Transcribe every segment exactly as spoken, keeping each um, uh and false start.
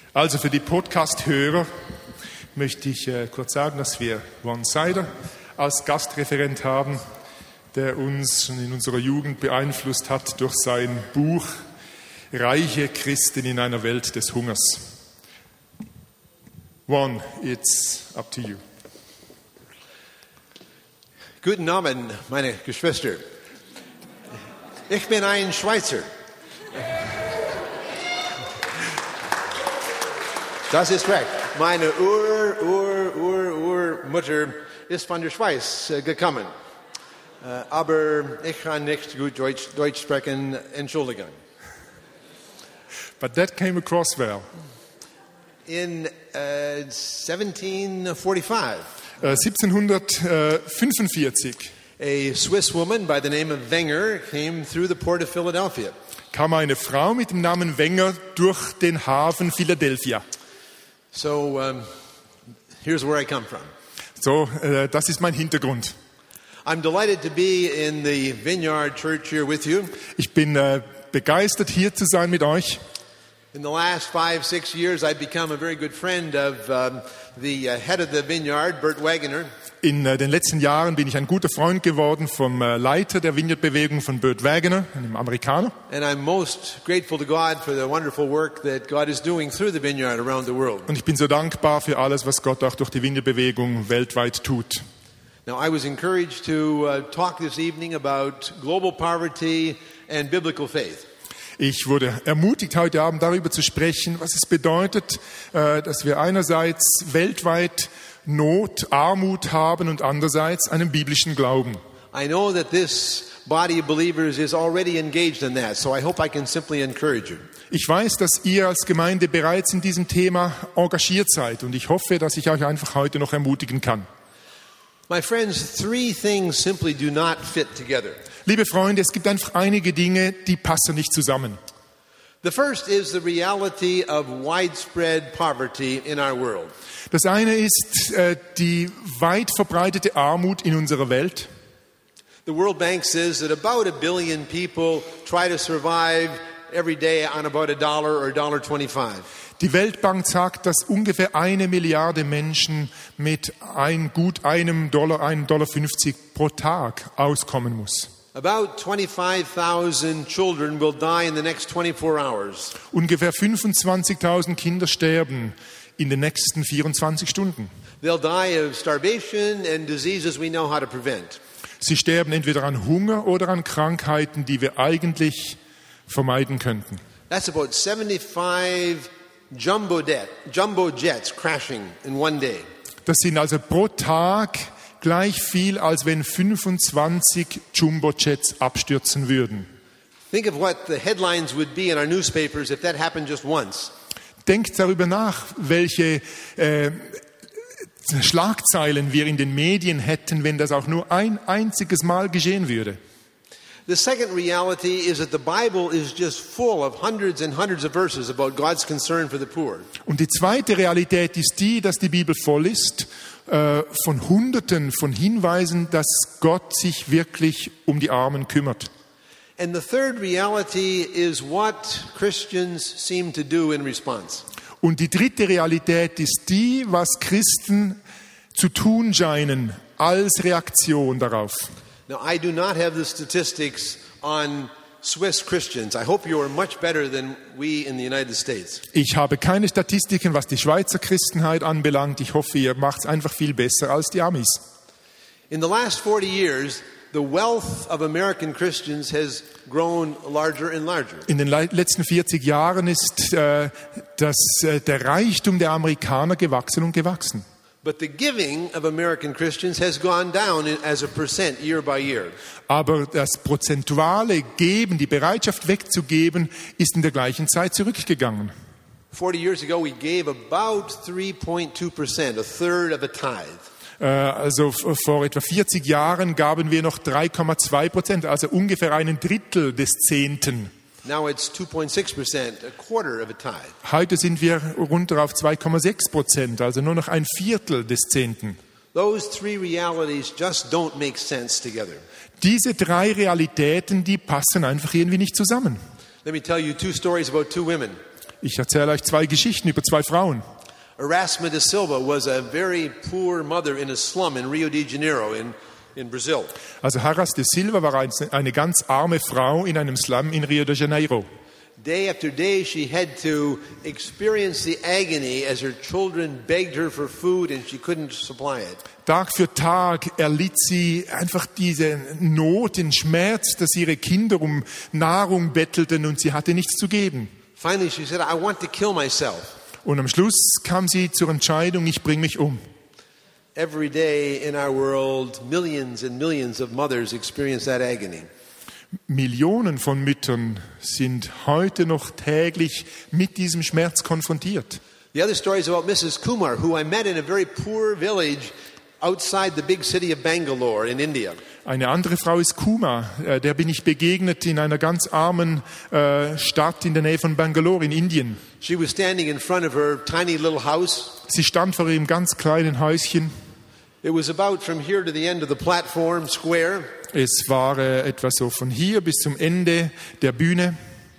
Also für die Podcast-Hörer möchte ich äh, kurz sagen, dass wir Ron Seider als Gastreferent haben, der uns schon in unserer Jugend beeinflusst hat durch sein Buch Reiche Christen in einer Welt des Hungers. Ron, it's up to you. Guten Abend, meine Geschwister. Ich bin ein Schweizer. Das ist recht. Meine Ur, Ur, Ur, Urmutter ist von der Schweiz äh, gekommen. Äh, aber ich kann nicht gut Deutsch, Deutsch sprechen. Entschuldigung. But that came across well. In uh, seventeen forty-five, Äh, siebzehnhundertfünfundvierzig a Swiss woman by the name of Wenger came through the port of Philadelphia. kam eine Frau mit dem Namen Wenger durch den Hafen Philadelphia. So um, here's where I come from. So, äh, das ist mein Hintergrund. I'm delighted to be in the Vineyard Church here with you. Ich bin äh, begeistert, hier zu sein mit euch. In the last five, six years, I've become a very good friend of um, the uh, head of the Vineyard, Bert Wagoner. In äh, den letzten Jahren bin ich ein guter Freund geworden vom äh, Leiter der Vineyard-Bewegung, von Bert Wagoner, einem Amerikaner. And I'm most grateful to God for the wonderful work that God is doing through the Vineyard around the world. Und ich bin so dankbar für alles, was Gott auch durch die Vineyard-Bewegung weltweit tut. Now, I was encouraged to uh, talk this evening about global poverty and biblical faith. Ich wurde ermutigt, heute Abend darüber zu sprechen, was es bedeutet, äh, dass wir einerseits weltweit Not, Armut haben und andererseits einen biblischen Glauben. I know that this body of believers is already engaged in that, so I hope I can simply encourage you. Ich weiß, dass ihr als Gemeinde bereits in diesem Thema engagiert seid und ich hoffe, dass ich euch einfach heute noch ermutigen kann. My friends, three things simply do not fit together. Liebe Freunde, es gibt einfach einige Dinge, die passen nicht zusammen. The first is the reality of widespread poverty in our world. Das eine ist äh, die weit verbreitete Armut in unserer Welt. The World Bank says that about a billion people try to survive every day on about a dollar or a dollar twenty-five. Die Weltbank sagt, dass ungefähr eine Milliarde Menschen mit ein, gut einem Dollar, einem Dollar fünfzig pro Tag auskommen muss. About twenty-five thousand children will die in the next twenty-four hours. Ungefähr fünfundzwanzigtausend Kinder sterben in den nächsten vierundzwanzig Stunden. They'll die of starvation and diseases we know how to prevent. Sie sterben entweder an Hunger oder an Krankheiten, die wir eigentlich vermeiden könnten. That's about seventy-five jumbo, jet, jumbo jets crashing in one day. Das sind also pro Tag gleich viel, als wenn fünfundzwanzig Jumbo-Jets abstürzen würden. Think of what the headlines would be in our newspapers if that happened just once. Denkt darüber nach, welche äh, Schlagzeilen wir in den Medien hätten, wenn das auch nur ein einziges Mal geschehen würde. The second reality is that the Bible is just full of hundreds and hundreds of verses about God's concern for the poor. Und die zweite Realität ist die, dass die Bibel voll ist äh, von Hunderten von Hinweisen, dass Gott sich wirklich um die Armen kümmert. And the third reality is what Christians seem to do in response. Und die dritte Realität ist die, was Christen zu tun scheinen als Reaktion darauf. Now, I do not have the statistics on Swiss Christians. I hope you are much better than we in the United States. Ich habe keine Statistiken, was die Schweizer Christenheit anbelangt. Ich hoffe, ihr macht es einfach viel besser als die Amis. In the last forty years, the wealth of American Christians has grown larger and larger. In den le- letzten vierzig Jahren ist äh, das, äh, der Reichtum der Amerikaner gewachsen und gewachsen. But the giving of American Christians has gone down as a percent year by year. Aber das prozentuale Geben, die Bereitschaft wegzugeben, ist in der gleichen Zeit zurückgegangen. forty years ago, we gave about three point two percent, a third of a tithe. Äh, also f- vor etwa vierzig Jahren gaben wir noch drei Komma zwei Prozent, also ungefähr einen Drittel des Zehnten. Now it's two point six percent, a quarter of a tithe. Heute sind wir runter auf zwei Komma sechs Prozent, also nur noch ein Viertel des Zehnten. Those three realities just don't make sense together. Diese drei Realitäten, die passen einfach irgendwie nicht zusammen. Let me tell you two stories about two women. Ich erzähle euch zwei Geschichten über zwei Frauen. Erasma de Silva was a very poor mother in a slum in Rio de Janeiro in, in Brazil. Also Haras de Silva war eine ganz arme Frau in einem Slum in Rio de Janeiro. Day after day she had to experience the agony as her children begged her for food and she couldn't supply it. Tag für Tag erlitt sie einfach diese Not, den Schmerz, dass ihre Kinder um Nahrung bettelten und sie hatte nichts zu geben. Finally she said, I want to kill myself. Und am Schluss kam sie zur Entscheidung, ich bringe mich um. Every day in our world, millions and millions of mothers experience that agony. Millionen von Müttern sind heute noch täglich mit diesem Schmerz konfrontiert. The other story is about Missus Kumar, who I met in a very poor village outside the big city of Bangalore in India. Eine andere Frau ist Kuma, der bin ich begegnet in einer ganz armen äh, Stadt in der Nähe von Bangalore in Indien. She was standing in front of her tiny little house. Sie stand vor ihrem ganz kleinen Häuschen. It was about from here to the end of the platform square. Es war äh, etwa so von hier bis zum Ende der Bühne.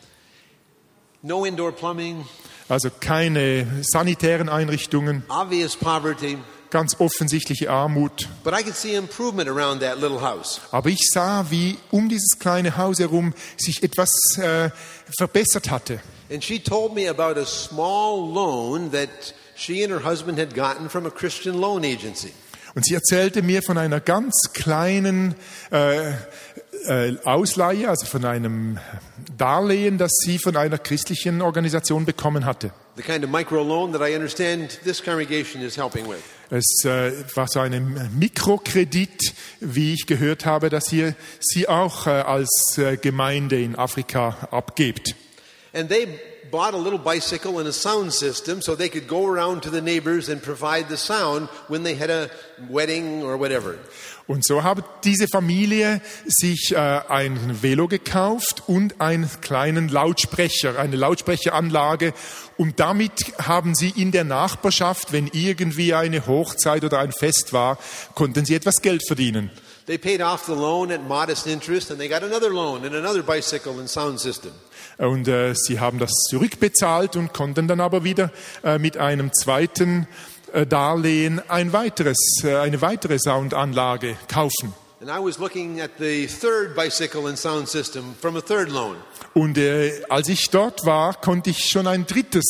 No indoor plumbing. Also keine sanitären Einrichtungen. Obvious poverty. Ganz offensichtliche Armut. But I could see improvement around that little house. Aber ich sah, wie um dieses kleine Haus herum sich etwas äh, verbessert hatte. And she told me about a small loan that she and her husband had gotten from a Christian loan agency. Und sie erzählte mir von einer ganz kleinen äh, äh, Ausleihe, also von einem Darlehen, das sie von einer christlichen Organisation bekommen hatte. The kind of microloan that I understand this congregation is helping with. Es äh, war so ein Mikrokredit, wie ich gehört habe, dass ihr sie auch äh, als äh, Gemeinde in Afrika abgebt. And they bought a little bicycle and a sound system so they could go around to the neighbors and provide the sound when they had a wedding or whatever. Und so hat diese Familie sich äh, ein Velo gekauft und einen kleinen Lautsprecher, eine Lautsprecheranlage. Und damit haben sie in der Nachbarschaft, wenn irgendwie eine Hochzeit oder ein Fest war, konnten sie etwas Geld verdienen. They paid off the loan at modest interest and they got another loan and another bicycle and sound system. Und äh, sie haben das zurückbezahlt und konnten dann aber wieder äh, mit einem zweiten äh, Darlehen ein weiteres, äh, eine weitere Soundanlage kaufen. And I was looking at the third bicycle and sound system from a third loan. Und äh, als ich dort war, konnte ich schon ein drittes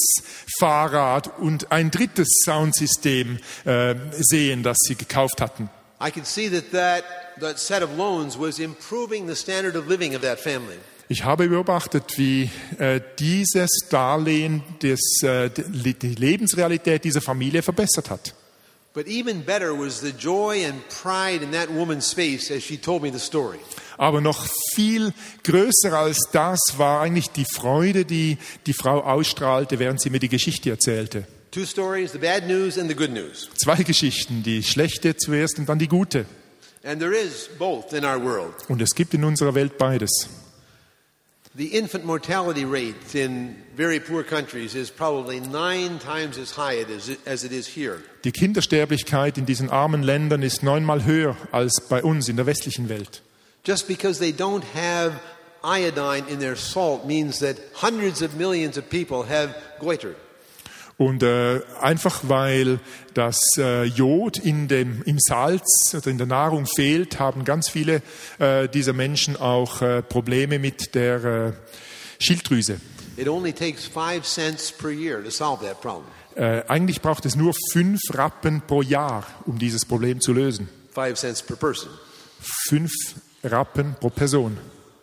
Fahrrad und ein drittes Soundsystem äh, sehen, das sie gekauft hatten. I could see that that, that set of loans was improving the standard of living of that family. Ich habe beobachtet, wie äh, dieses Darlehen des, äh, die Lebensrealität dieser Familie verbessert hat. But even better was the joy and pride in that woman's face as she told me the story. Aber noch viel größer als das war eigentlich die Freude, die die Frau ausstrahlte, während sie mir die Geschichte erzählte. Two stories, the bad news and the good news. Zwei Geschichten, die schlechte zuerst und dann die gute. And there is both in our world. Und es gibt in unserer Welt beides. The infant mortality rate in very poor countries is probably nine times as high as it is here. Die Kindersterblichkeit in diesen armen Ländern ist neunmal höher als bei uns in der westlichen Welt. Just because they don't have iodine in their salt means that hundreds of millions of people have goiter. Und äh, einfach weil das äh, Jod in dem, im Salz oder in der Nahrung fehlt, haben ganz viele äh, dieser Menschen auch äh, Probleme mit der äh, Schilddrüse. It only takes five cents per year to solve that problem. Äh, eigentlich braucht es nur fünf Rappen pro Jahr, um dieses Problem zu lösen. Five cents per person. Fünf Rappen pro Person.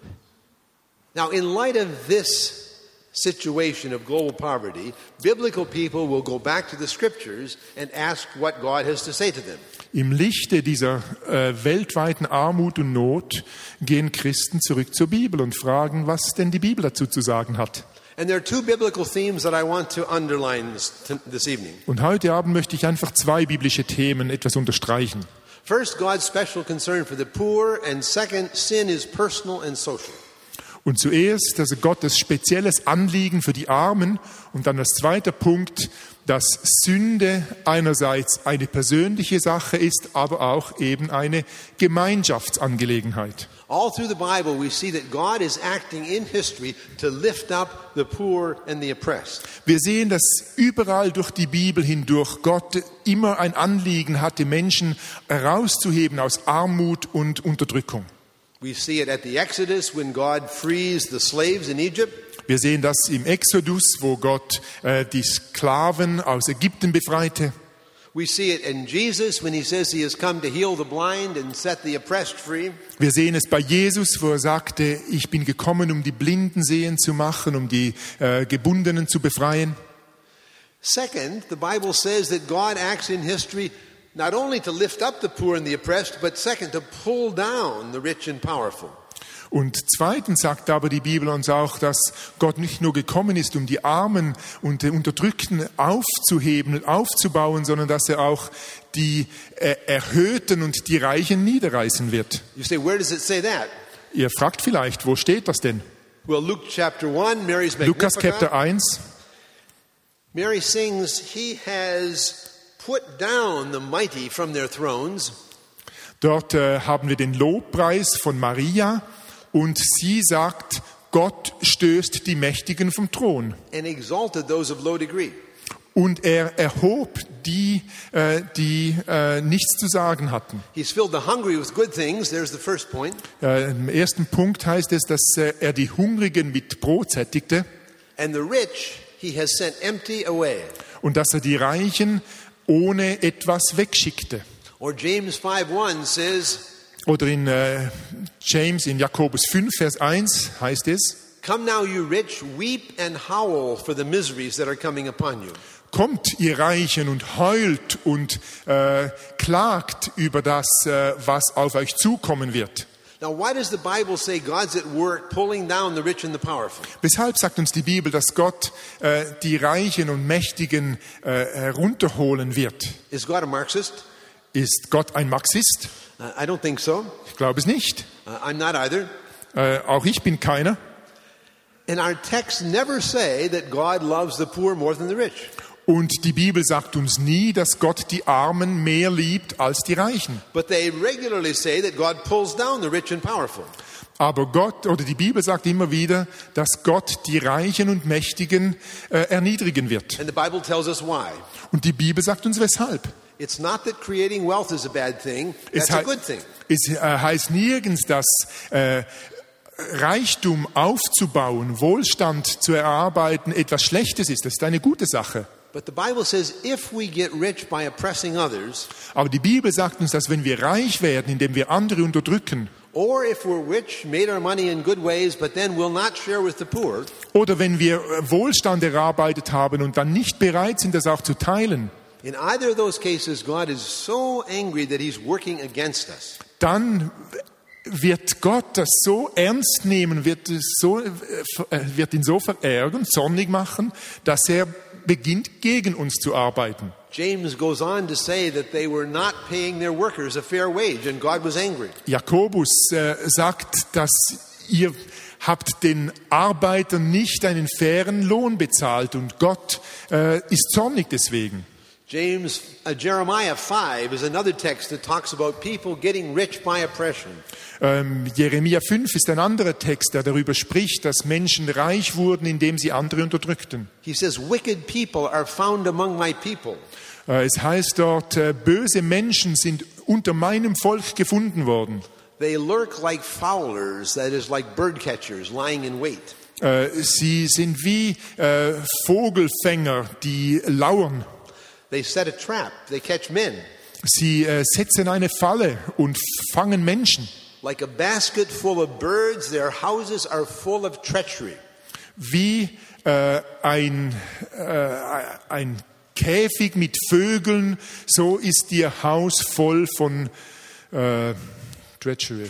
Now, in light of this situation of global poverty, biblical people will go back to the scriptures and ask what God has to say to them. Im Lichte dieser äh, weltweiten Armut und Not gehen Christen zurück zur Bibel und fragen, was denn die Bibel dazu zu sagen hat. And there are two biblical themes that I want to underline this, this evening. Und heute Abend möchte ich einfach zwei biblische Themen etwas unterstreichen. First, God's special concern for the poor, and second, sin is personal and social. Und zuerst, also Gottes spezielles Anliegen für die Armen und dann als zweiter Punkt, dass Sünde einerseits eine persönliche Sache ist, aber auch eben eine Gemeinschaftsangelegenheit. All through the Bible, we see that God is acting in history to lift up the poor and the oppressed. Wir sehen, dass überall durch die Bibel hindurch Gott immer ein Anliegen hat, die Menschen herauszuheben aus Armut und Unterdrückung. We see it at the Exodus when God frees the slaves in Egypt. Wir sehen das im Exodus, wo Gott äh, die Sklaven aus Ägypten befreite. We see it in Jesus when he says he has come to heal the blind and set the oppressed free. Wir sehen es bei Jesus, wo er sagte, ich bin gekommen, um die Blinden sehen zu machen, um die äh, Gebundenen zu befreien. Second, the Bible says that God acts in history not only to lift up the poor and the oppressed, but second, to pull down the rich and powerful. Und zweitens sagt aber die Bibel uns auch, dass Gott nicht nur gekommen ist, um die Armen und die Unterdrückten aufzuheben, aufzubauen, sondern dass er auch die äh, Erhöhten und die Reichen niederreißen wird. You say, where does it say that? Ihr fragt vielleicht, wo steht das denn? Well, Luke chapter one, Mary's Lukas Magnificat. Kapitel eins. Mary sings, he has put down the mighty from their thrones. Dort äh, haben wir den Lobpreis von Maria und sie sagt, Gott stößt die Mächtigen vom Thron. And exalted those of low degree. Und er erhob die, äh, die äh, nichts zu sagen hatten. He's filled the hungry with good things. There's the first point. Äh, Im ersten Punkt heißt es, dass äh, er die Hungrigen mit Brot sättigte And the rich he has sent empty away. und dass er die Reichen ohne etwas wegschickte. Or James five one says, Oder in äh, James, in Jakobus fünf, Vers eins heißt es, come now you rich, weep and howl for the miseries that are coming upon you. kommt ihr Reichen und heult und äh, klagt über das, äh, was auf euch zukommen wird. Now why does the Bible say God's at work pulling down the rich and the powerful? Weshalb sagt uns die Bibel, dass Gott äh, die Reichen und Mächtigen äh, herunterholen wird? Is God a Marxist? Ist Gott ein Marxist? Uh, I don't think so. Ich glaube es nicht. Uh, I'm not either. Äh, auch ich bin keiner. And our texts never say that God loves the poor more than the rich. Und die Bibel sagt uns nie, dass Gott die Armen mehr liebt als die Reichen. But they regularly say that God pulls down the rich and powerful. Aber Gott oder die Bibel sagt immer wieder, dass Gott die Reichen und Mächtigen äh, erniedrigen wird. And the Bible tells us why. Und die Bibel sagt uns weshalb. It's not that creating wealth is a bad thing. Es, That's a hei- good thing. es äh, heißt nirgends, dass äh, Reichtum aufzubauen, Wohlstand zu erarbeiten, etwas Schlechtes ist. Das ist eine gute Sache. But the Bible says if we get rich by oppressing others, Aber die Bibel sagt uns, dass wenn wir reich werden, indem wir andere unterdrücken, or if we're rich, made our money in good ways, but then will not share with the poor, oder wenn wir äh, Wohlstand erarbeitet haben und dann nicht bereit sind, das auch zu teilen, in either of those cases, God is so angry that he's working against us. dann wird Gott das so ernst nehmen, wird, es so, äh, wird ihn so verärgern, zornig machen, dass er beginnt, gegen uns zu arbeiten. James goes on to say that they were not paying their workers a fair wage, and God was angry. Jakobus äh, sagt, dass ihr habt den Arbeitern nicht einen fairen Lohn bezahlt und Gott äh, ist zornig deswegen. James, uh, Jeremiah five is another text that talks about people getting rich by oppression. Ähm, Jeremia fünf ist ein anderer Text, der darüber spricht, dass Menschen reich wurden, indem sie andere unterdrückten. He says, wicked people are found among my people. Äh, es heißt dort, äh, böse Menschen sind unter meinem Volk gefunden worden. They lurk like fowlers, that is like bird catchers lying in wait. Äh, sie sind wie äh, Vogelfänger, die lauern. They set a trap, they catch men. Sie äh, setzen eine Falle und fangen Menschen. Like a basket full of birds, their houses are full of treachery. Wie äh, ein, äh, ein Käfig mit Vögeln, so ist ihr Haus voll von äh, Treachery,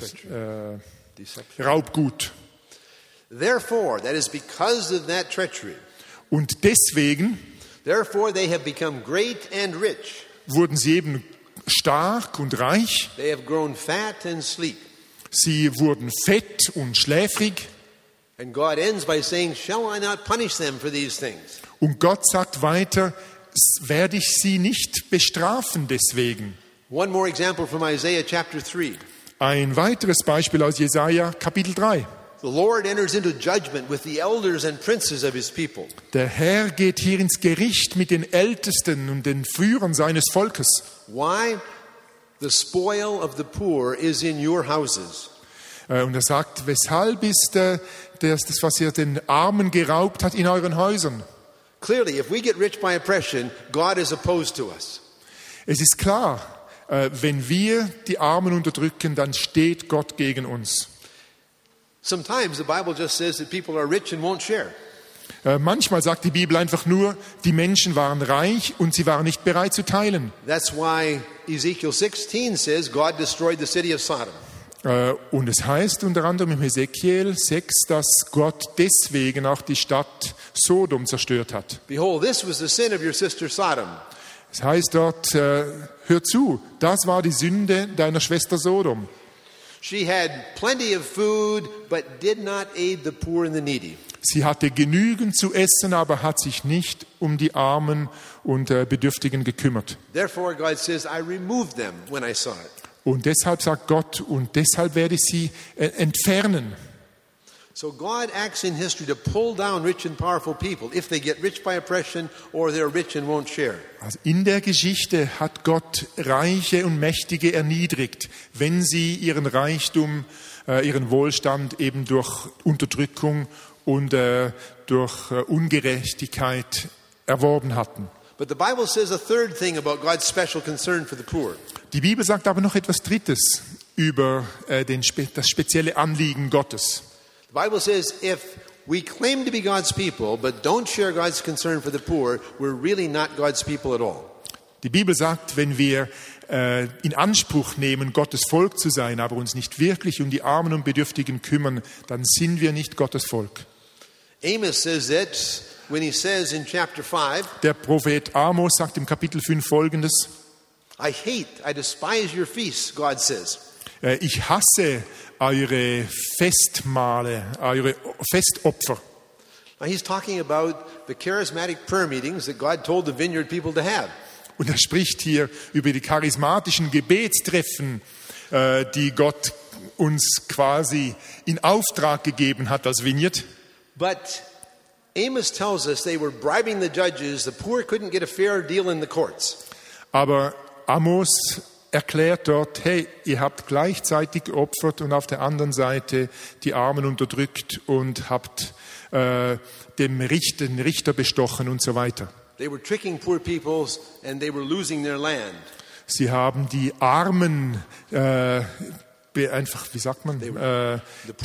äh, Raubgut. Therefore, that is because of that treachery. Und deswegen Therefore, they have become great and rich. wurden sie eben stark und reich. They have grown fat and sleek. Sie wurden fett und schläfrig. And God ends by saying, shall I not punish them for these things? Und Gott sagt weiter, werde ich sie nicht bestrafen deswegen. One more example from Isaiah chapter three. Ein weiteres Beispiel aus Jesaja, Kapitel drei. The Lord enters into judgment with the elders and princes of his people. Der Herr geht hier ins Gericht mit den Ältesten und den Führern seines Volkes. Why? The spoil of the poor is in your houses. Und er sagt, weshalb ist äh, das, das, was ihr den Armen geraubt hat, in euren Häusern? Clearly, if we get rich by oppression, God is opposed to us. Es ist klar, äh, wenn wir die Armen unterdrücken, dann steht Gott gegen uns. Sometimes the Bible just says that people are rich and won't share. Äh, manchmal sagt die Bibel einfach nur, die Menschen waren reich und sie waren nicht bereit zu teilen. That's why Ezekiel sixteen says God destroyed the city of Sodom. Äh, und es heißt unter anderem im Hesekiel sechs, dass Gott deswegen auch die Stadt Sodom zerstört hat. Behold, this was the sin of your sister Sodom. Es heißt dort, äh, hör zu, das war die Sünde deiner Schwester Sodom. She had plenty of food, but did not aid the poor and the needy. Sie hatte genügend zu essen, aber hat sich nicht um die Armen und äh, Bedürftigen gekümmert. Therefore, God says, I removed them when I saw it. Und deshalb sagt Gott, und deshalb werde ich sie äh, entfernen. So God acts in history to pull down rich and powerful people if they get rich by oppression or they're rich and won't share. Also in der Geschichte hat Gott Reiche und Mächtige erniedrigt, wenn sie ihren Reichtum, äh, ihren Wohlstand eben durch Unterdrückung und äh, durch äh, Ungerechtigkeit erworben hatten. But the Bible says a third thing about God's special concern for the poor. Die Bibel sagt aber noch etwas Drittes über äh, den, das spezielle Anliegen Gottes. The Bible says if we claim to be God's people but don't share God's concern for the poor, we're really not God's people at all. Die Bibel sagt, wenn wir äh, in Anspruch nehmen, Gottes Volk zu sein, aber uns nicht wirklich um die Armen und Bedürftigen kümmern, dann sind wir nicht Gottes Volk. Amos says that when he says in chapter five, Der Prophet Amos sagt im Kapitel fünf Folgendes: I hate, I despise your feasts, God says. äh, Ich hasse eure Festmahle, eure Festopfer. Now he's talking about the charismatic prayer meetings that God told the Vineyard people to have. Und er spricht hier über die charismatischen Gebetstreffen, äh, die Gott uns quasi in Auftrag gegeben hat als Vineyard. But Amos tells us they were bribing the judges. The poor couldn't get a fair deal in the courts. Aber Amos erklärt dort, hey, ihr habt gleichzeitig geopfert und auf der anderen Seite die Armen unterdrückt und habt äh, dem Richter, den Richter bestochen und so weiter. They were tricking poor people and they were losing their land. Sie haben die Armen äh, einfach, wie sagt man, äh,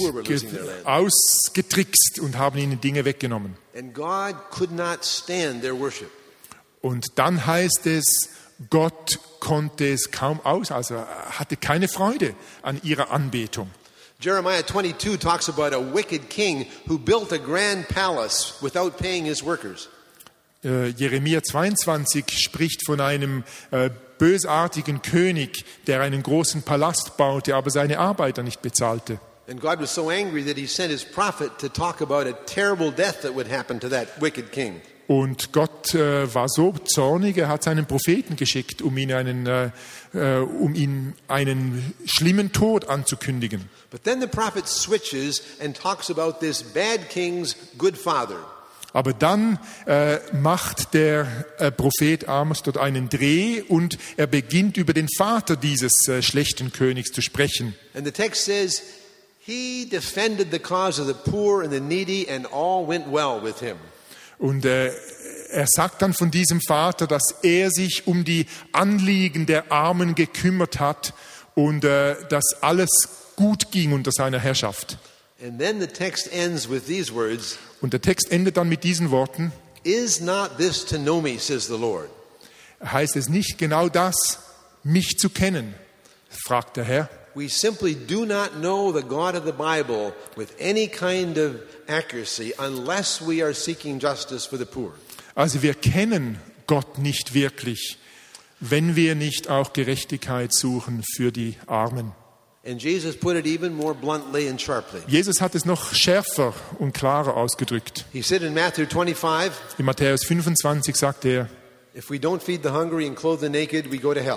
ausgetrickst und haben ihnen Dinge weggenommen. And God could not stand their worship. Und dann heißt es, Gott konnte es kaum aus, also er hatte keine Freude an ihrer Anbetung. Jeremiah twenty-two talks about a wicked king who built a grand palace without paying his workers. Äh, Jeremia zweiundzwanzig spricht von einem äh, bösartigen König, der einen großen Palast baute, aber seine Arbeiter nicht bezahlte. And God was so angry that he sent his prophet to talk about a terrible death that would happen to that wicked king. Und Gott äh, war so zornig, er hat seinen Propheten geschickt, um ihn einen, äh, äh, um ihn einen schlimmen Tod anzukündigen. But then the prophet switches and talks about this bad king's good father. Aber dann äh, macht der äh, Prophet Amos dort einen Dreh und er beginnt über den Vater dieses äh, schlechten Königs zu sprechen. And the text says, he defended the cause of the poor and the needy and all went well with him. Und äh, er sagt dann von diesem Vater, dass er sich um die Anliegen der Armen gekümmert hat und äh, dass alles gut ging unter seiner Herrschaft. And then the text ends with these words. Und der Text endet dann mit diesen Worten. Is not this to know me, says the Lord? Heißt es nicht genau das, mich zu kennen? Fragt der Herr. We simply do not know the God of the Bible with any kind of accuracy unless we are seeking justice for the poor. Also wir kennen Gott nicht wirklich, wenn wir nicht auch Gerechtigkeit suchen für die Armen. And Jesus put it even more bluntly and sharply. Jesus hat es noch schärfer und klarer ausgedrückt. He said in Matthew twenty-five, in Matthäus fünfundzwanzig sagt er, if we don't feed the hungry and clothe the naked, we go to hell.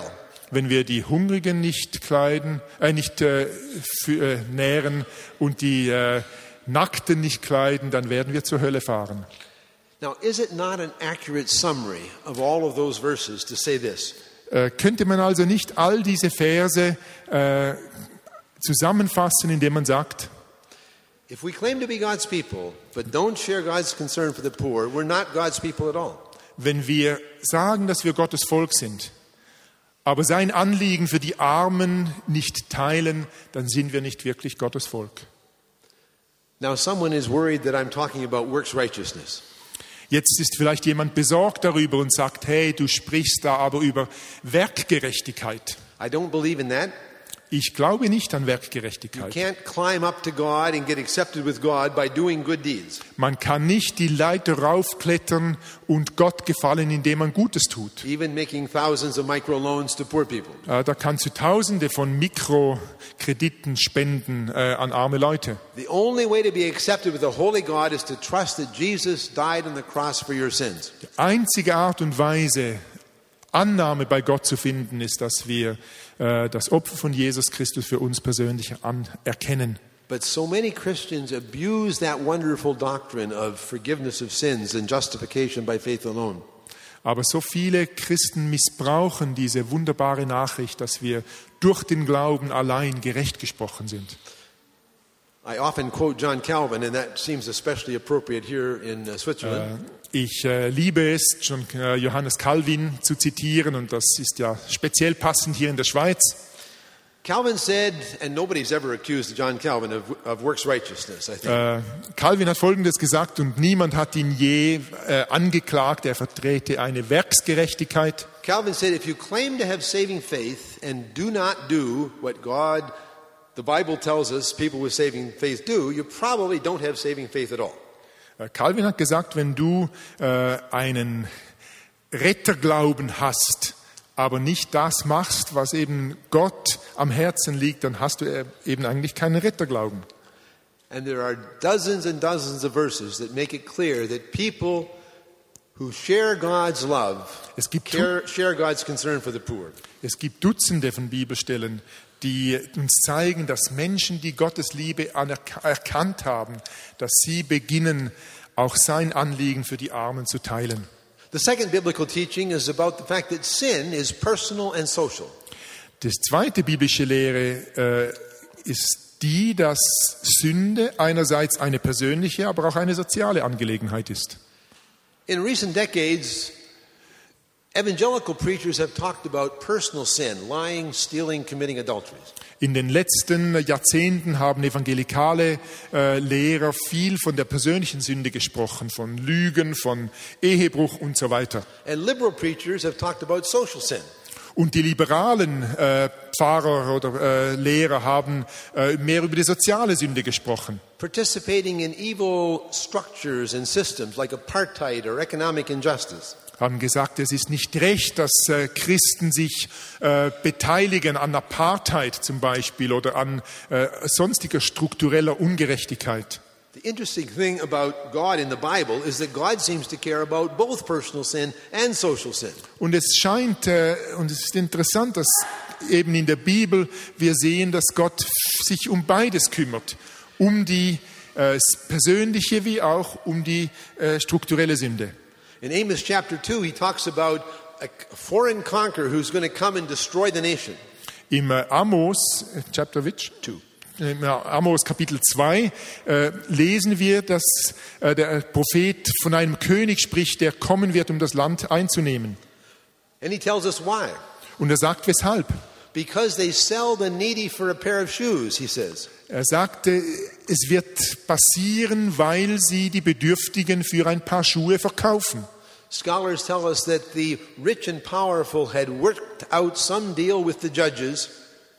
wenn wir die Hungrigen nicht kleiden, äh, nicht äh, für, äh, nähren und die äh, Nackten nicht kleiden, dann werden wir zur Hölle fahren. Now, is it not an accurate summary of all of those verses to say this? Äh, könnte man also nicht all diese Verse äh, zusammenfassen, indem man sagt, If we claim to be God's people, but don't share God's concern for the poor, we're not God's people at all. wenn wir sagen, dass wir Gottes Volk sind, aber sein Anliegen für die Armen nicht teilen, dann sind wir nicht wirklich Gottes Volk. Now, someone is worried that I'm talking about works righteousness. Jetzt ist vielleicht jemand besorgt darüber und sagt, hey, du sprichst da aber über Werkgerechtigkeit. I don't believe in that. Ich glaube nicht an You Werkgerechtigkeit. can't climb up to God and get accepted with God by doing good deeds. Man kann nicht die Leiter raufklettern und Gott gefallen, indem man Gutes tut. Even making thousands of microloans to poor people. Äh, Da kannst du Tausende von Mikrokrediten spenden äh, an arme Leute. The only way to be accepted with a holy God is to trust that Jesus died on the cross for your sins. Die einzige Art und Weise, Annahme bei Gott zu finden, ist, dass wir äh, das Opfer von Jesus Christus für uns persönlich anerkennen. But so many Christians abuse that wonderful doctrine of forgiveness of sins and justification by faith alone. Aber so viele Christen missbrauchen diese wunderbare Nachricht, dass wir durch den Glauben allein gerecht gesprochen sind. I often quote John Calvin, and that seems especially appropriate here in uh, Switzerland. Ich äh, liebe es, schon äh, Johannes Calvin zu zitieren, und das ist ja speziell passend hier in der Schweiz. Calvin said, and nobody's ever accused John Calvin of, of works righteousness, I think. Äh, Calvin hat Folgendes gesagt, und niemand hat ihn je äh, angeklagt, er vertrete eine Werksgerechtigkeit. Calvin said, if you claim to have saving faith and do not do what God, the Bible tells us people with saving faith do, you probably don't have saving faith at all. Äh, Calvin hat gesagt, wenn du äh, einen Retterglauben hast, aber nicht das machst, was eben Gott am Herzen liegt, dann hast du eben eigentlich keinen Retterglauben. And there are dozens and dozens of verses that make it clear that people who share God's love Es gibt, care, share God's concern for the poor. es gibt Dutzende von Bibelstellen, die uns zeigen, dass Menschen, die Gottes Liebe anerk- erkannt haben, dass sie beginnen, auch sein Anliegen für die Armen zu teilen. The second biblical teaching is about the fact that sin is personal and social. Die zweite biblische Lehre äh, ist die, dass Sünde einerseits eine persönliche, aber auch eine soziale Angelegenheit ist. In recent decades, evangelical preachers have talked about personal sin, lying, stealing, committing adulteries. In den letzten Jahrzehnten haben evangelikale äh, Lehrer viel von der persönlichen Sünde gesprochen, von Lügen, von Ehebruch und so weiter. And liberal preachers have talked about social sin. Und die liberalen äh, Pfarrer oder äh, Lehrer haben äh, mehr über die soziale Sünde gesprochen. Participating in evil structures and systems like apartheid or economic injustice. Haben gesagt, es ist nicht recht, dass äh, Christen sich äh, beteiligen an Apartheid zum Beispiel oder an äh, sonstiger struktureller Ungerechtigkeit. The interesting thing about God in the Bible is that God seems to care about both personal sin and social sin. Und es scheint, äh, und es ist interessant, dass eben in der Bibel wir sehen, dass Gott sich um beides kümmert, um die äh, persönliche wie auch um die äh, strukturelle Sünde. In Amos chapter two, he talks about a foreign conqueror who's going to come and destroy the nation. Im äh, Amos, äh, chapter which? Two. Im Amos Kapitel zwei äh, lesen wir, dass äh, der Prophet von einem König spricht, der kommen wird, um das Land einzunehmen. And he tells us why. Und er sagt, weshalb. Because they sell the needy for a pair of shoes, he says. Er sagte, es wird passieren, weil sie die Bedürftigen für ein paar Schuhe verkaufen. Scholars tell us that the rich and powerful had worked out some deal with the judges.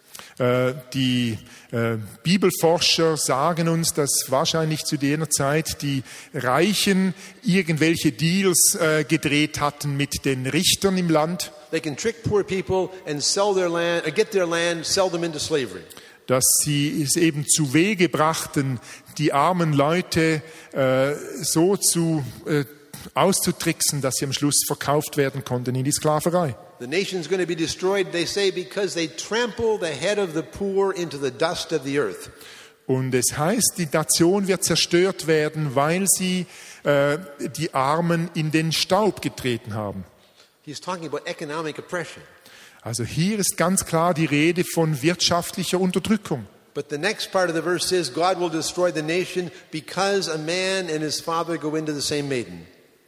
Äh, die äh, Bibelforscher sagen uns, dass wahrscheinlich zu jener Zeit die Reichen irgendwelche Deals äh, gedreht hatten mit den Richtern im Land. They can trick poor people and sell their land, or get their land, sell them into slavery. Dass sie es eben zu Wege brachten, die armen Leute äh, so zu, äh, auszutricksen, dass sie am Schluss verkauft werden konnten in die Sklaverei. the nation's going to be destroyed, they say, because they trample the head of the poor into the dust of the earth. Und es heißt, die Nation wird zerstört werden, weil sie äh, die Armen in den Staub getreten haben. He's talking about economic oppression. Also hier ist ganz klar die Rede von wirtschaftlicher Unterdrückung. But the next part of the verse says, God will destroy the nation because a man and his father go into the same maiden.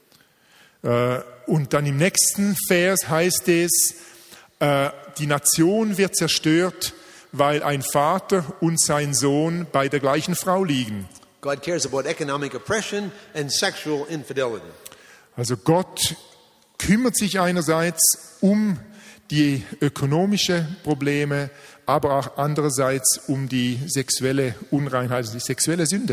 Äh, und dann im nächsten Vers heißt es, äh, die Nation wird zerstört, weil ein Vater und sein Sohn bei der gleichen Frau liegen. God cares about economic oppression and sexual infidelity. Also Gott kümmert sich einerseits um die ökonomischen Probleme, aber auch andererseits um die sexuelle Unreinheit, also die sexuelle Sünde.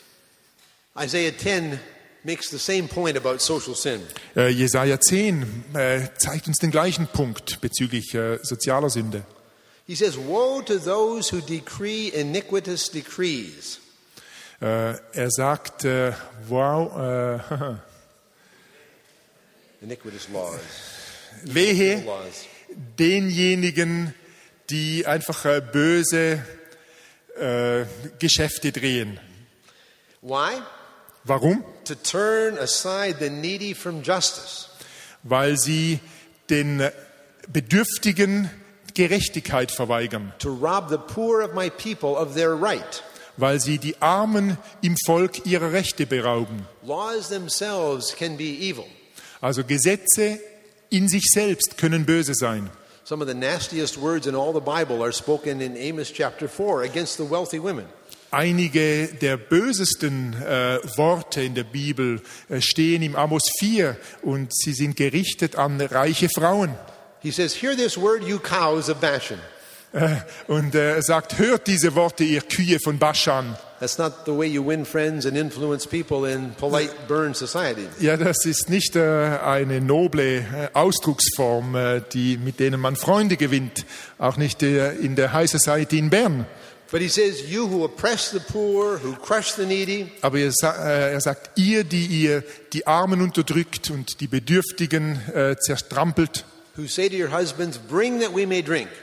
Isaiah ten makes the same point about social sin. Äh, Jesaja zehn äh, zeigt uns den gleichen Punkt bezüglich äh, sozialer Sünde. He says, woe to those who decree iniquitous decrees. Äh, er sagt, äh, wow, äh, Iniquitous laws. wehe Laws. denjenigen, die einfach äh, böse äh, Geschäfte drehen. Why? Warum? To turn aside the needy from justice. Weil sie den Bedürftigen Gerechtigkeit verweigern. To rob the poor of my people of their right. Weil sie die Armen im Volk ihrer Rechte berauben. Laws themselves can be evil. Also Gesetze in sich selbst können böse sein. Some of the nastiest words in all the Bible are spoken in Amos chapter four against the wealthy women. Einige der bösesten äh, Worte in der Bibel äh, stehen im Amos vier und sie sind gerichtet an reiche Frauen. He says, hear this word, you cows of Bashan. Äh, und äh, er sagt, hört diese Worte, ihr Kühe von Baschan. That's not the way you win friends and influence people in polite burn society. Ja, das ist nicht äh, eine noble äh, Ausdrucksform, äh, die, mit denen man Freunde gewinnt. Auch nicht äh, in der High Society in Bern. But he says, you who oppress the poor, who crush the needy, Aber er, sa- äh, er sagt, ihr, die ihr die Armen unterdrückt und die Bedürftigen äh, zertrampelt, who say to your husbands, bring that we may drink.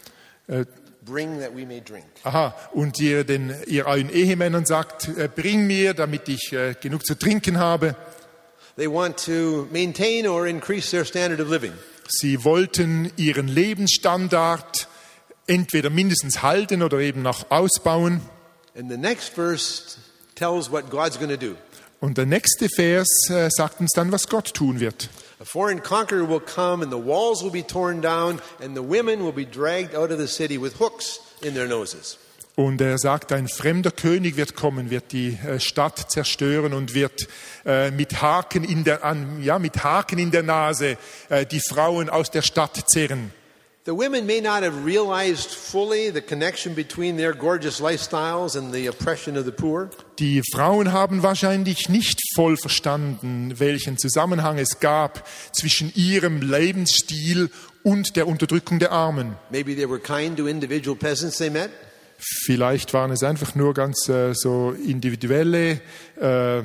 äh, Bring that we may drink. aha, und ihr, den, ihr euren Ehemännern sagt, äh, bring mir, damit ich äh, genug zu trinken habe. They want to maintain or increase their standard of living. Sie wollten ihren Lebensstandard entweder mindestens halten oder eben noch ausbauen. And the next verse tells what God's going to do. Und der nächste Vers äh, sagt uns dann, was Gott tun wird. A foreign conqueror will come and the walls will be torn down and the women will be dragged out of the city with hooks in their noses. Und er sagt, ein fremder König wird kommen, wird die äh, Stadt zerstören und wird äh, mit Haken in der, an, ja, mit Haken in der Nase äh, die Frauen aus der Stadt zerren. The women may not have realized fully the connection between their gorgeous lifestyles and the oppression of the poor. Die Frauen haben wahrscheinlich nicht voll verstanden, welchen Zusammenhang es gab zwischen ihrem Lebensstil und der Unterdrückung der Armen. Maybe they were kind to individual peasants they met. Vielleicht waren es einfach nur ganz äh, so individuelle äh,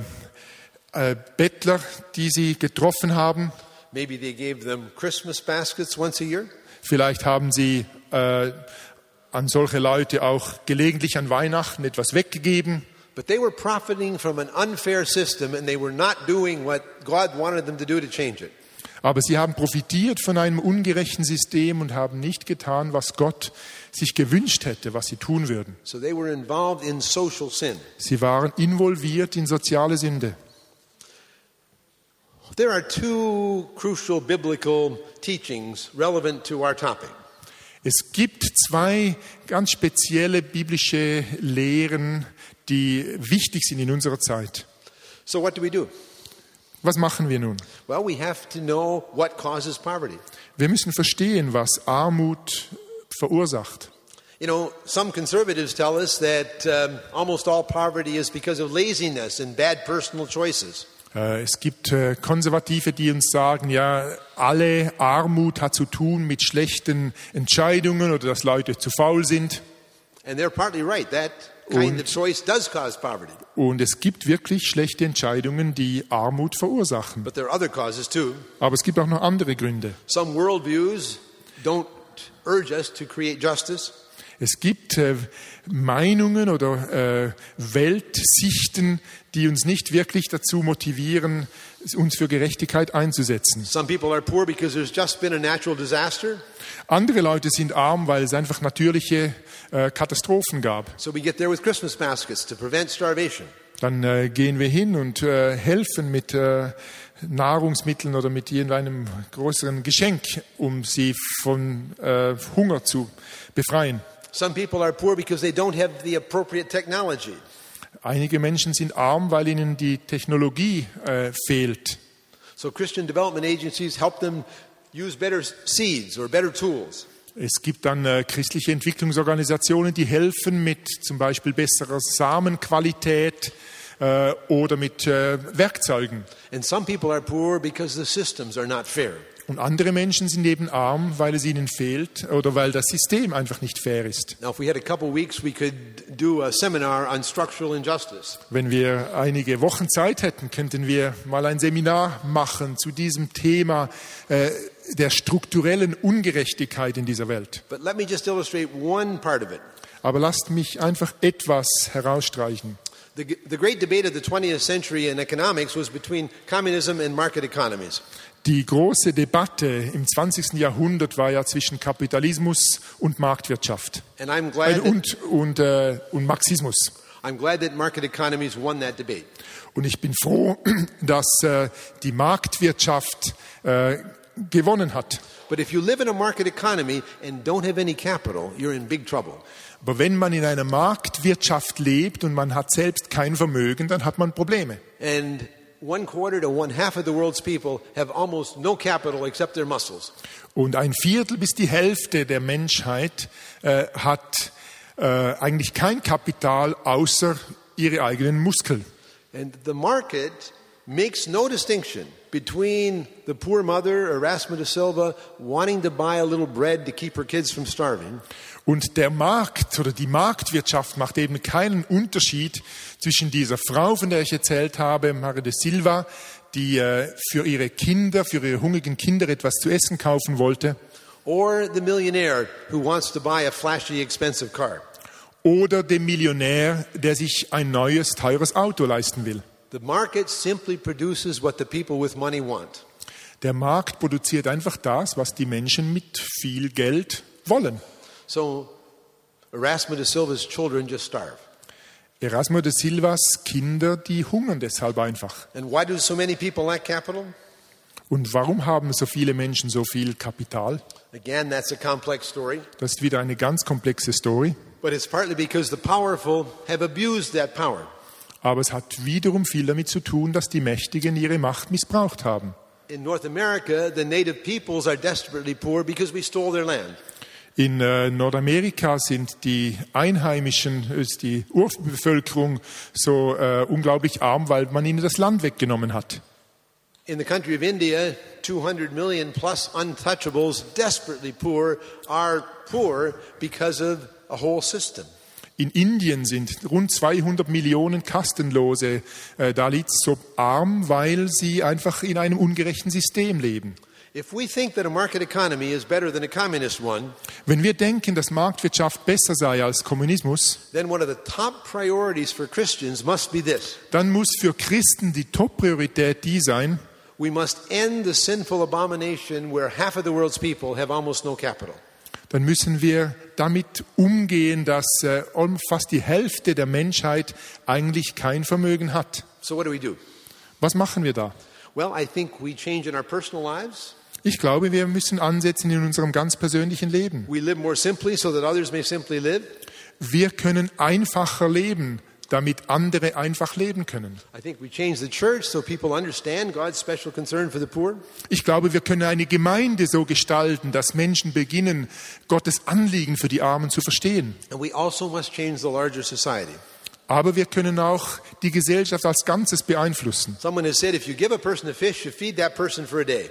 äh, Bettler, die sie getroffen haben. Maybe they gave them Christmas baskets once a year. Vielleicht haben sie äh, an solche Leute auch gelegentlich an Weihnachten etwas weggegeben. But they were profiting from an unfair system and they were not doing what God wanted them to do to change it. Aber sie haben profitiert von einem ungerechten System und haben nicht getan, was Gott sich gewünscht hätte, was sie tun würden. So they were involved in social sin. Sie waren involviert in soziale Sünde. There are two crucial biblical teachings relevant to our topic. Es gibt zwei ganz spezielle biblische Lehren, die wichtig sind in unserer Zeit. So what do we do? Was machen wir nun? Well, we have to know what causes poverty. Wir müssen verstehen, was Armut verursacht. You know, some conservatives tell us that um, almost all poverty is because of laziness and bad personal choices. Es gibt Konservative, die uns sagen, ja, alle Armut hat zu tun mit schlechten Entscheidungen oder dass Leute zu faul sind. And they're partly right. That kind of choice does cause poverty. Und es gibt wirklich schlechte Entscheidungen, die Armut verursachen. But there are other causes too. Aber es gibt auch noch andere Gründe. Some worldviews don't urge us to create justice. Es gibt äh, Meinungen oder äh, Weltsichten, die uns nicht wirklich dazu motivieren, uns für Gerechtigkeit einzusetzen. Some people are poor because there's just been a natural disaster. Andere Leute sind arm, weil es einfach natürliche äh, Katastrophen gab. So we get there with Christmas baskets to prevent starvation. Dann äh, gehen wir hin und äh, helfen mit äh, Nahrungsmitteln oder mit irgendeinem größeren Geschenk, um sie von äh, Hunger zu befreien. Some people are poor because they don't have the appropriate technology. Einige Menschen sind arm, weil ihnen die Technologie äh, fehlt. So Christian development agencies help them use better seeds or better tools. Es gibt dann äh, christliche Entwicklungsorganisationen, die helfen mit zum Beispiel besserer Samenqualität äh, oder mit äh, Werkzeugen. And some people are poor because the systems are not fair. Und andere Menschen sind eben arm, weil es ihnen fehlt oder weil das System einfach nicht fair ist. Now, if we had a couple weeks, we could do a seminar on structural injustice. Wenn wir einige Wochen Zeit hätten, könnten wir mal ein Seminar machen zu diesem Thema äh, der strukturellen Ungerechtigkeit in dieser Welt. But let me just illustrate one part of it. Aber lasst mich einfach etwas herausstreichen. The, the great debate of the twentieth century in economics was between communism and market economies. Die große Debatte im zwanzigsten Jahrhundert war ja zwischen Kapitalismus und Marktwirtschaft. And I'm glad Äh, und, und, äh, und Marxismus. I'm glad that market economies won that debate. Und ich bin froh, dass äh, die Marktwirtschaft äh, gewonnen hat. But if you live in a market economy and don't have any capital, you're in big trouble. Aber wenn man in einer Marktwirtschaft lebt und man hat selbst kein Vermögen, dann hat man Probleme. And one quarter to one half of the world's people have almost no capital except their muscles. Und ein Viertel bis die Hälfte der Menschheit äh, hat äh, eigentlich kein Kapital außer ihre eigenen Muskeln. And the market makes no distinction between the poor mother, Erasma da Silva, wanting to buy a little bread to keep her kids from starving. Und der Markt oder die Marktwirtschaft macht eben keinen Unterschied zwischen dieser Frau, von der ich erzählt habe, Maria de Silva, die äh, für ihre Kinder, für ihre hungrigen Kinder etwas zu essen kaufen wollte, Or the millionaire who wants to buy a flashy, expensive car. oder dem Millionär, der sich ein neues, teures Auto leisten will. The market simply produces what the people with money want. Der Markt produziert einfach das, was die Menschen mit viel Geld wollen. So Erasma da Silva's children just starve. Erasmo de Silvas Kinder, die hungern deshalb einfach. And why do so many people lack capital? Und warum haben so viele Menschen so viel Kapital? Again, that's a complex story. Das ist wieder eine ganz komplexe Story. But it's partly because the powerful have abused that power. Aber es hat wiederum viel damit zu tun, dass die Mächtigen ihre Macht missbraucht haben. In North America, the native peoples are desperately poor because we stole their land. In äh, Nordamerika sind die Einheimischen, ist die Urbevölkerung so äh, unglaublich arm, weil man ihnen das Land weggenommen hat. In the country of India, two hundred million plus untouchables, desperately poor, are poor because of a whole system. In Indien sind rund zweihundert Millionen Kastenlose äh, Dalits so arm, weil sie einfach in einem ungerechten System leben. If we think that a market economy is better than a communist one, Wenn wir denken, dass Marktwirtschaft besser sei als Kommunismus, then one of the top priorities for Christians must be this. dann muss für Christen die Top-Priorität die sein, We must end the sinful abomination where half of the world's people have almost no capital. dann müssen wir damit umgehen, dass äh, fast die Hälfte der Menschheit eigentlich kein Vermögen hat. So what do we do? Was machen wir da? Well, I think we change in our personal lives. Ich glaube, wir müssen ansetzen in unserem ganz persönlichen Leben. We live more simply so that others may simply live. Wir können einfacher leben, damit andere einfach leben können. I think we change the church so people understand God's special concern for the poor. Ich glaube, wir können eine Gemeinde so gestalten, dass Menschen beginnen, Gottes Anliegen für die Armen zu verstehen. And we also must change the larger society. Aber wir können auch die Gesellschaft als Ganzes beeinflussen. Someone has said if you give a person a fish, you feed that person for a day.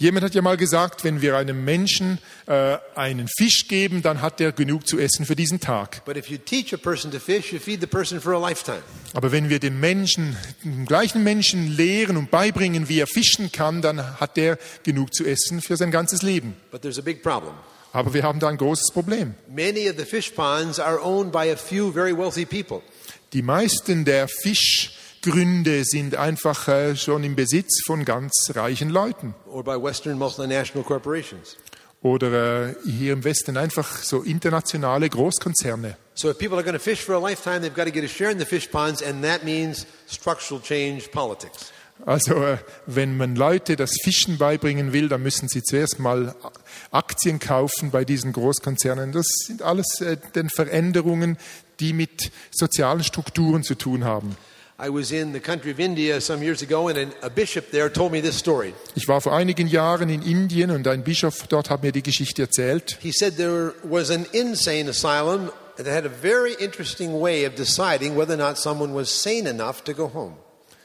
Jemand hat ja mal gesagt, wenn wir einem Menschen äh, einen Fisch geben, dann hat er genug zu essen für diesen Tag. But if you teach a person to fish, you feed the person for a lifetime. Aber wenn wir dem Menschen, dem gleichen Menschen lehren und beibringen, wie er fischen kann, dann hat der genug zu essen für sein ganzes Leben. But there's a big problem. Aber wir haben da ein großes Problem. Many of the fish ponds are owned by a few very wealthy people. Die meisten der Fischgründe sind einfach äh, schon im Besitz von ganz reichen Leuten. Or by Western multinational corporations. Oder äh, hier im Westen einfach so internationale Großkonzerne. So if people are going to fish for a lifetime, they've got to get a share in the fish ponds, and that means structural change politics. Also äh, wenn man Leute das Fischen beibringen will, dann müssen sie zuerst mal Aktien kaufen bei diesen Großkonzernen. Das sind alles äh, den Veränderungen, die mit sozialen Strukturen zu tun haben. I was in the country of India some years ago, and a bishop there told me this story. Ich war vor einigen Jahren in Indien und ein Bischof dort hat mir die Geschichte erzählt. He said there was an insane asylum that had a very interesting way of deciding whether or not someone was sane enough to go home.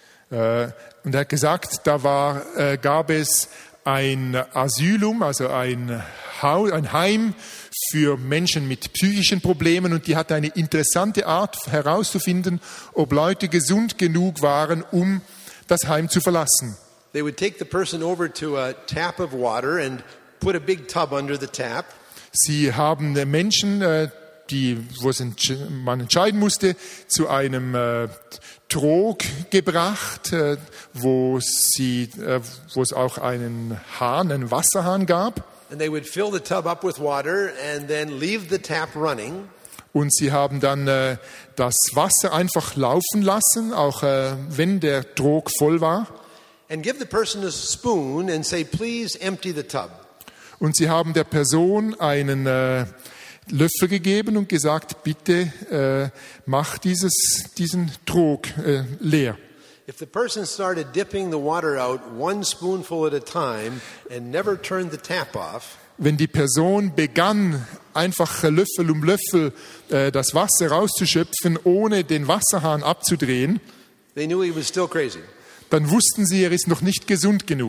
Äh, und er hat gesagt, da war, äh, gab es ein Asylum, also ein, Haus, ein Heim für Menschen mit psychischen Problemen, und die hatte eine interessante Art herauszufinden, ob Leute gesund genug waren, um das Heim zu verlassen. They would take the person over to a tap of water and put a big tub under the tap. Sie haben Menschen, äh, die, wo es man entscheiden musste, zu einem äh, Trog gebracht, äh, wo, sie, äh, wo es auch einen Hahn, einen Wasserhahn gab. And they would fill the tub up with water and then leave the tap running. Und sie haben dann äh, das Wasser einfach laufen lassen, auch äh, wenn der Trog voll war. And give the person a spoon and say, please empty the tub. Und sie haben der Person einen äh, Löffel gegeben und gesagt, bitte äh, mach dieses, diesen Trog äh, leer. If the person started dipping the water out one spoonful at a time and never turned the tap off, wenn die Person begann, einfach Löffel um Löffel äh, das Wasser rauszuschöpfen, ohne den Wasserhahn abzudrehen, they knew he was still crazy. dann wussten sie, er ist noch nicht gesund genug.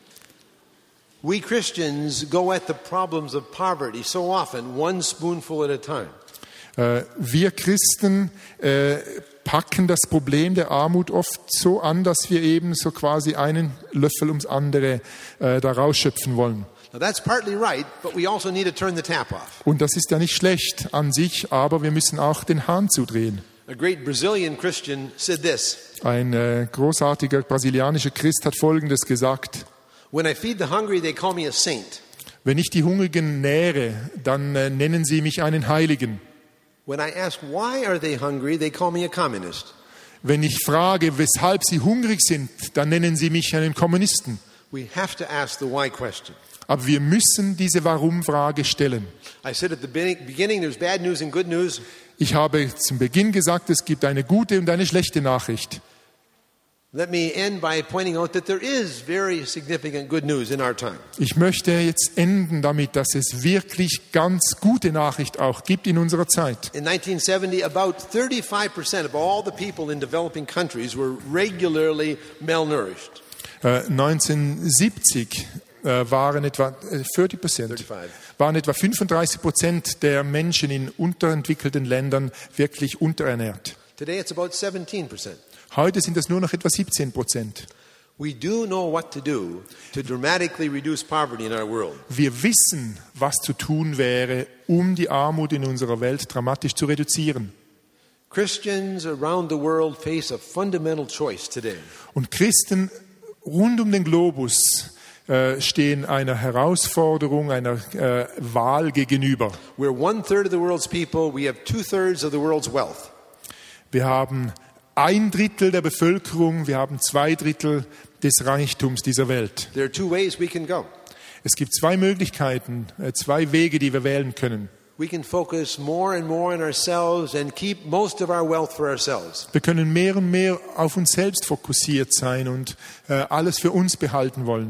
We Christians go at the problems of poverty so often, one spoonful at a time. Äh, wir Christen äh, packen das Problem der Armut oft so an, dass wir eben so quasi einen Löffel ums andere äh, da rausschöpfen wollen. Now that's partly right, but we also need to turn the tap off. Und das ist ja nicht schlecht an sich, aber wir müssen auch den Hahn zudrehen. A great Brazilian Christian said this: Ein äh, großartiger brasilianischer Christ hat Folgendes gesagt: When I feed the hungry, they call me a saint. Wenn ich die Hungrigen nähre, dann äh, nennen sie mich einen Heiligen. When I ask why are they hungry, they call me a communist. Wenn ich frage, weshalb sie hungrig sind, dann nennen sie mich einen Kommunisten. We have to ask the why question. Aber wir müssen diese Warum-Frage stellen. I said at the beginning, there's bad news and good news. Ich habe zum Beginn gesagt, es gibt eine gute und eine schlechte Nachricht. Let me end by pointing out that there is very significant good news in our time. Ich möchte jetzt enden damit, dass es wirklich ganz gute Nachricht auch gibt in unserer Zeit. In nineteen seventy, about thirty-five percent of all the people in developing countries were regularly malnourished. Äh, neunzehnhundertsiebzig äh, waren etwa äh, vierzig Prozent. waren etwa fünfunddreißig Prozent der Menschen in unterentwickelten Ländern wirklich unterernährt. Today it's about seventeen percent. Heute sind es nur noch etwa siebzehn Prozent. We do know what to do to dramatically reduce poverty in our world. Wir wissen, was zu tun wäre, um die Armut in unserer Welt dramatisch zu reduzieren. Christians around the world face a fundamental choice today. Und Christen rund um den Globus äh, stehen einer Herausforderung, einer äh, Wahl gegenüber. We're one third of the world's people. We have two thirds of the world's wealth. Wir haben ein Drittel der Bevölkerung, wir haben zwei Drittel des Reichtums dieser Welt. There are two ways we can go. Es gibt zwei Möglichkeiten, äh, zwei Wege, die wir wählen können. We can focus more and more on ourselves and keep most of our wealth for ourselves. Wir können mehr und mehr auf uns selbst fokussiert sein und äh, alles für uns behalten wollen.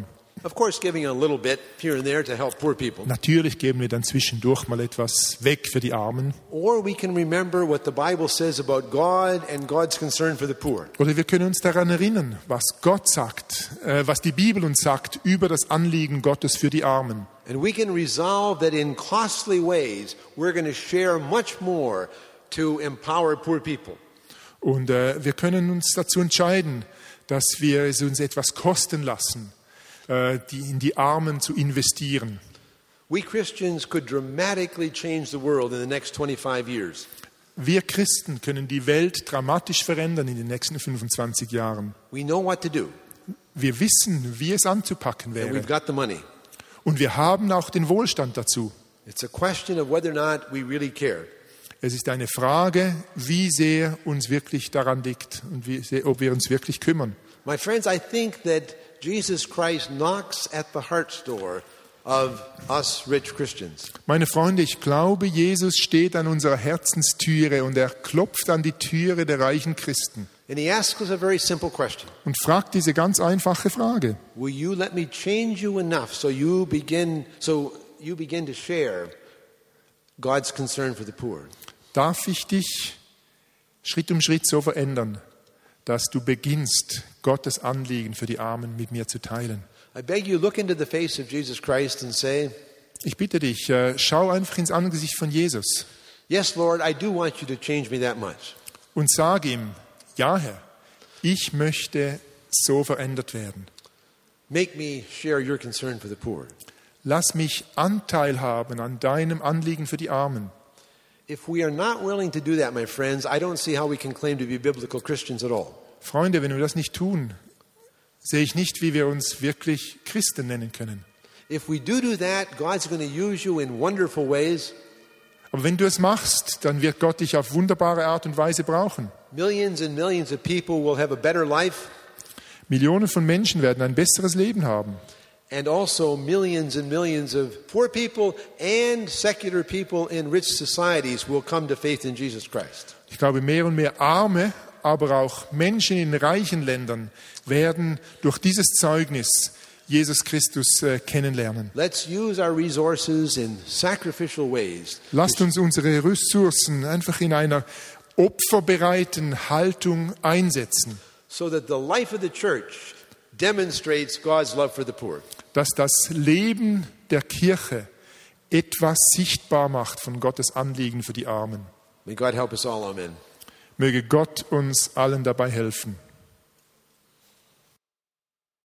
Of course, giving a little bit here and there to help poor people. Natürlich geben wir dann zwischendurch mal etwas weg für die Armen. Or we can remember what the Bible says about God and God's concern for the poor. Oder wir können uns daran erinnern, was Gott sagt, äh, was die Bibel uns sagt über das Anliegen Gottes für die Armen. And we can resolve that in costly ways we're going to share much more to empower poor people. Und äh, wir können uns dazu entscheiden, dass wir es uns etwas kosten lassen, äh, die in die Armen zu investieren. We Christians could dramatically change the world in the next twenty-five years. Wir Christen können die Welt dramatisch verändern in den nächsten fünfundzwanzig Jahren. We know what to do. Wir wissen, wie es anzupacken And wäre. we've got the money. Und wir haben auch den Wohlstand dazu. It's a question of whether or not we really care. Es ist eine Frage, wie sehr uns wirklich daran liegt und wie sehr, ob wir uns wirklich kümmern. My friends, I think that Jesus Christ knocks at the heart's door of us rich Christians. Meine Freunde, ich glaube, Jesus steht an unserer Herzenstüre und er klopft an die Türe der reichen Christen And he asks us a very simple question. und fragt diese ganz einfache Frage. Will you let me change you enough so you begin so you begin to share God's concern for the poor? Darf ich dich Schritt um Schritt so verändern, dass du beginnst, Gottes Anliegen für die Armen mit mir zu teilen? I beg you, look into the face of Jesus Christ and say, Ich bitte dich, äh, schau einfach ins Angesicht von Jesus yes, Lord, I do want you to change me that much. und sag ihm, ja Herr, ich möchte so verändert werden. Make me share your concern for the poor. Lass mich Anteil haben an deinem Anliegen für die Armen. If we are not willing to do that, my friends, I don't see how we can claim to be biblical Christians at all. Freunde, wenn wir das nicht tun, sehe ich nicht, wie wir uns wirklich Christen nennen können. If we do do that, God's going to use you in wonderful ways. Aber wenn du es machst, dann wird Gott dich auf wunderbare Art und Weise brauchen. Millions and millions of people will have a better life, Millionen von Menschen werden ein besseres Leben haben. and also millions and millions of poor people and secular people in rich societies will come to faith in Jesus Christ. Ich glaube, mehr und mehr Arme, aber auch Menschen in reichen Ländern werden durch dieses Zeugnis Jesus Christus äh, kennenlernen. Let's use our resources in sacrificial ways Lasst uns unsere Ressourcen einfach in einer opferbereiten Haltung einsetzen, so that the life of the church demonstrates God's love for the poor. dass das Leben der Kirche etwas sichtbar macht von Gottes Anliegen für die Armen. May God help us all. Amen. Möge Gott uns allen dabei helfen.